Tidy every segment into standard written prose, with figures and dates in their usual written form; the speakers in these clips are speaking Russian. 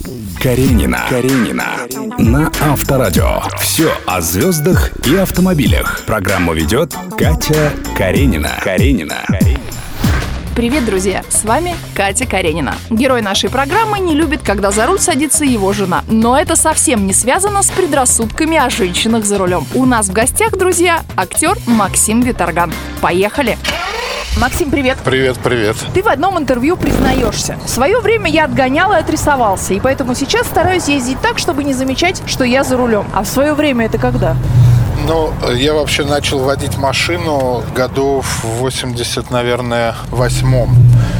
Каренина. На Авторадио. Все о звездах и автомобилях. Программу ведет Катя Каренина. Привет, друзья! С вами Катя Каренина. Герой нашей программы не любит, когда за руль садится его жена. Но это совсем не связано с предрассудками о женщинах за рулем. У нас в гостях, друзья, актер Максим Виторган. Поехали! Максим, привет. Привет. Ты в одном интервью признаешься: в свое время я отгонял и отрисовался, и поэтому сейчас стараюсь ездить так, чтобы не замечать, что я за рулем. А в свое время это когда? Я вообще начал водить машину году в 80, наверное, 8-м.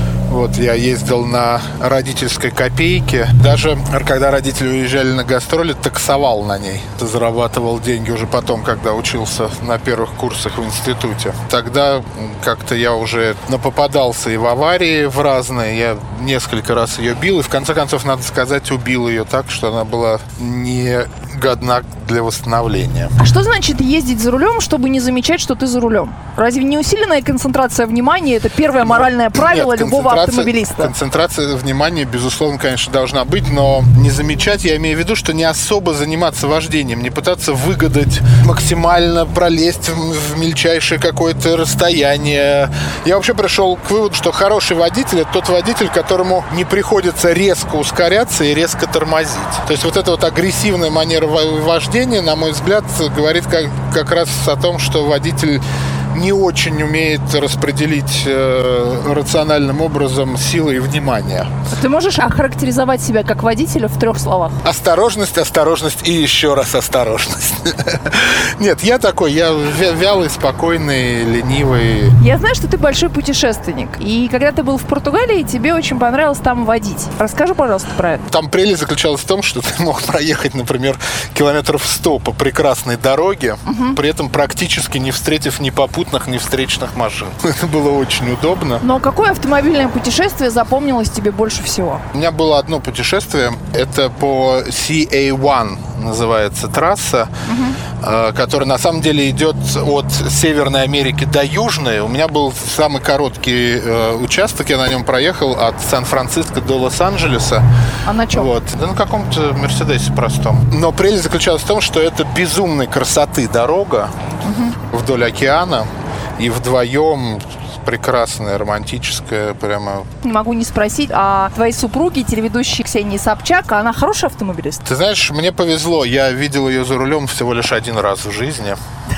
Я ездил на родительской копейке. Даже когда родители уезжали на гастроли, таксовал на ней. Зарабатывал деньги уже потом, когда учился на первых курсах в институте. Тогда как-то я уже напопадался и в аварии в разные. Я несколько раз ее бил. И в конце концов, надо сказать, убил ее так, что она была не годна для восстановления. А что значит ездить за рулем, чтобы не замечать, что ты за рулем? Разве не усиленная концентрация внимания — это первое моральное правило любого автомобилиста? Концентрация внимания, безусловно, конечно, должна быть, но не замечать, я имею в виду, что не особо заниматься вождением, не пытаться выгадать, максимально пролезть в мельчайшее какое-то расстояние. Я вообще пришел к выводу, что хороший водитель — это тот водитель, которому не приходится резко ускоряться и резко тормозить. То есть эта агрессивная манера вождения, на мой взгляд, говорит как раз о том, что водитель не очень умеет распределить рациональным образом силы и внимание. Ты можешь охарактеризовать себя как водителя в 3 словах? Осторожность и еще раз осторожность. Нет, я вялый, спокойный, ленивый. Я знаю, что ты большой путешественник. И когда ты был в Португалии, тебе очень понравилось там водить. Расскажи, пожалуйста, про это. Там прелесть заключалась в том, что ты мог проехать, например, километров 100 по прекрасной дороге, при этом практически не встретив ни попутных, ни встречных машин. Это было очень удобно. Но какое автомобильное путешествие запомнилось тебе больше всего? У меня было одно путешествие. Это по CA1 называется трасса, которая на самом деле идет от Северной Америки до Южной. У меня был самый короткий участок. Я на нем проехал от Сан-Франциско до Лос-Анджелеса. А на чем? Да на каком-то Мерседесе простом. Но прелесть заключалась в том, что это безумной красоты дорога вдоль океана. И вдвоем прекрасная, романтическая, прямо... Не могу не спросить, а твоей супруги, телеведущей Ксении Собчак, она хорошая автомобилист? Ты знаешь, мне повезло. Я видел ее за рулем всего лишь один раз в жизни.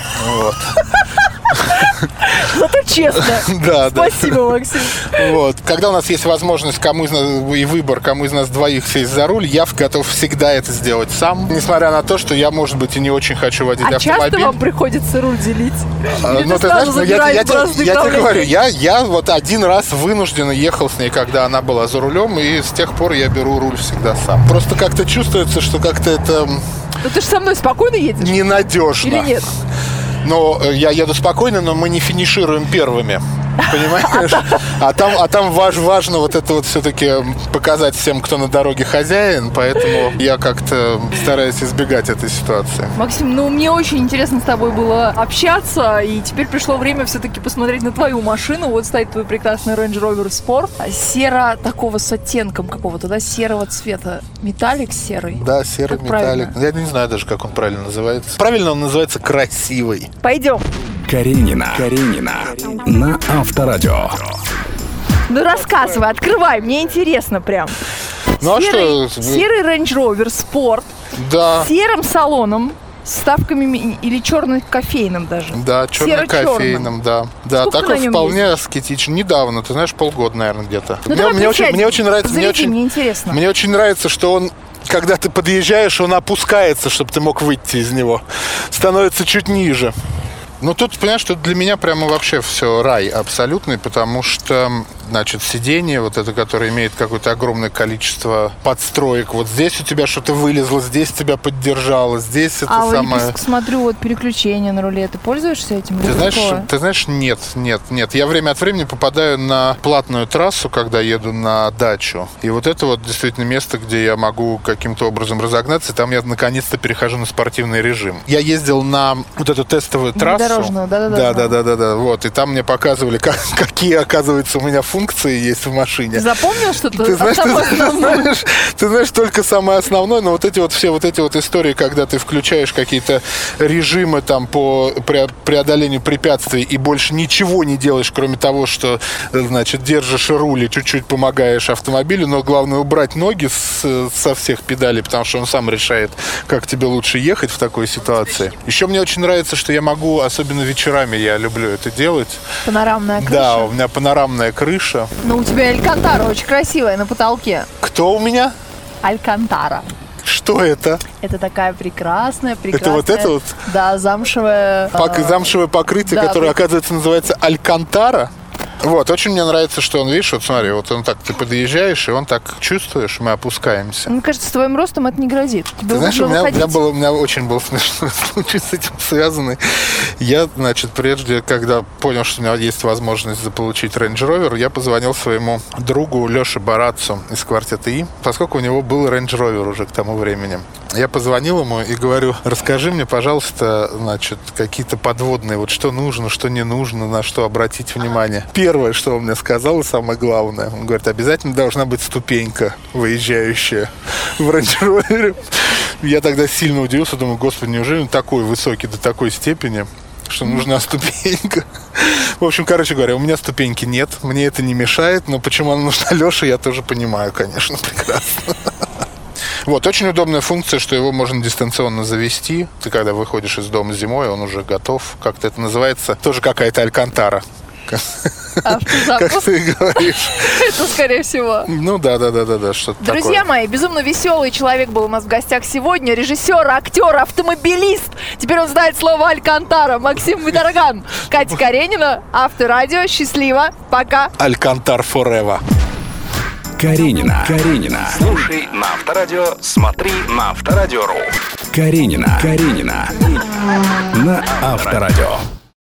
Зато честно. Да. Спасибо, Максим. Когда у нас есть возможность и выбор, кому из нас двоих сесть за руль, я готов всегда это сделать сам. Несмотря на то, что я, может быть, и не очень хочу водить автомобиль. А часто вам приходится руль делить? Ты знаешь, я тебе говорю, я один раз вынужденно ехал с ней, когда она была за рулем, и с тех пор я беру руль всегда сам. Просто как-то чувствуется, что как-то это... Ну ты же со мной спокойно едешь? Ненадежно. Или нет? Я еду спокойно, но мы не финишируем первыми. Понимаешь? А там важно это все-таки показать всем, кто на дороге хозяин, поэтому я как-то стараюсь избегать этой ситуации. Максим, мне очень интересно с тобой было общаться, и теперь пришло время все-таки посмотреть на твою машину. Стоит твой прекрасный Range Rover Sport. Серо такого с оттенком какого-то, да, серого цвета. Металлик серый. Да, серый как металлик. Правильно? Я не знаю даже, как он правильно называется. Правильно он называется красивый. Пойдем. Каренина. На Авторадио. Рассказывай, открывай, мне интересно прям. Серый Range Rover Sport. Да. С серым салоном, с вставками или черно-кофейным даже. Да, черно-кофейным, да. Да, сколько так вполне аскетично. Недавно, ты знаешь, полгода, наверное, где-то. Мне очень нравится. Мне интересно. Мне очень нравится, что он, когда ты подъезжаешь, он опускается, чтобы ты мог выйти из него. Становится чуть ниже. Тут, понимаешь, что для меня прямо вообще все рай абсолютный, потому что, сиденье, это, которое имеет какое-то огромное количество подстроек. Здесь у тебя что-то вылезло, здесь тебя поддержало, здесь это самое... смотрю, переключение на руле. Ты пользуешься этим? Ты знаешь, нет. Я время от времени попадаю на платную трассу, когда еду на дачу. И это действительно место, где я могу каким-то образом разогнаться, и там я наконец-то перехожу на спортивный режим. Я ездил на эту тестовую трассу. Да. И там мне показывали, какие, оказывается, у меня функции есть в машине. Ты запомнил что-то? Ты знаешь только самое основное, но вот эти вот истории, когда ты включаешь какие-то режимы там по преодолению препятствий и больше ничего не делаешь, кроме того, что, значит, держишь руль и чуть-чуть помогаешь автомобилю, но главное убрать ноги со всех педалей, потому что он сам решает, как тебе лучше ехать в такой ситуации. Еще мне очень нравится, что я могу, особенно вечерами, я люблю это делать. Панорамная крыша? Да, у меня панорамная крыша. Ну, у тебя алькантара очень красивая на потолке. Кто у меня? Алькантара. Что это? Это такая прекрасная. Это вот? Да, замшевое... Замшевое покрытие, да, которое, оказывается, называется алькантара. Вот, очень мне нравится, что он, видишь, вот смотри, вот он так, ты подъезжаешь, и он так чувствуешь, мы опускаемся. Мне кажется, с твоим ростом это не грозит. Ты знаешь, у меня очень был смешной случай с этим связанный. Я, значит, прежде, когда понял, что у меня есть возможность заполучить Range Rover, я позвонил своему другу Леше Барацу из «Квартета И», поскольку у него был Range Rover уже к тому времени. Я позвонил ему и говорю: расскажи мне, пожалуйста, значит, какие-то подводные, вот что нужно, что не нужно, на что обратить внимание. Первое, что он мне сказал, и самое главное, он говорит: обязательно должна быть ступенька, выезжающая в Range Rover. Я тогда сильно удивился, думаю: господи, неужели он такой высокий до такой степени, что нужна ступенька? В общем, короче говоря, у меня ступеньки нет, мне это не мешает, но почему она нужна Леше, я тоже понимаю, конечно, прекрасно. Вот, очень удобная функция, что его можно дистанционно завести. Ты когда выходишь из дома зимой, он уже готов. Как-то это называется, тоже какая-то алькантара. Как ты говоришь. Это, скорее всего. Ну да, что-то такое. Друзья мои, безумно веселый человек был у нас в гостях сегодня. Режиссер, актер, автомобилист. Теперь он знает слово алькантара. Максим Виторган, Катя Каренина, Авторадио. Счастливо. Пока. Алькантар forever. Каренина. Слушай на Авторадио, смотри на Авторадио.ру. Каренина. На Авторадио.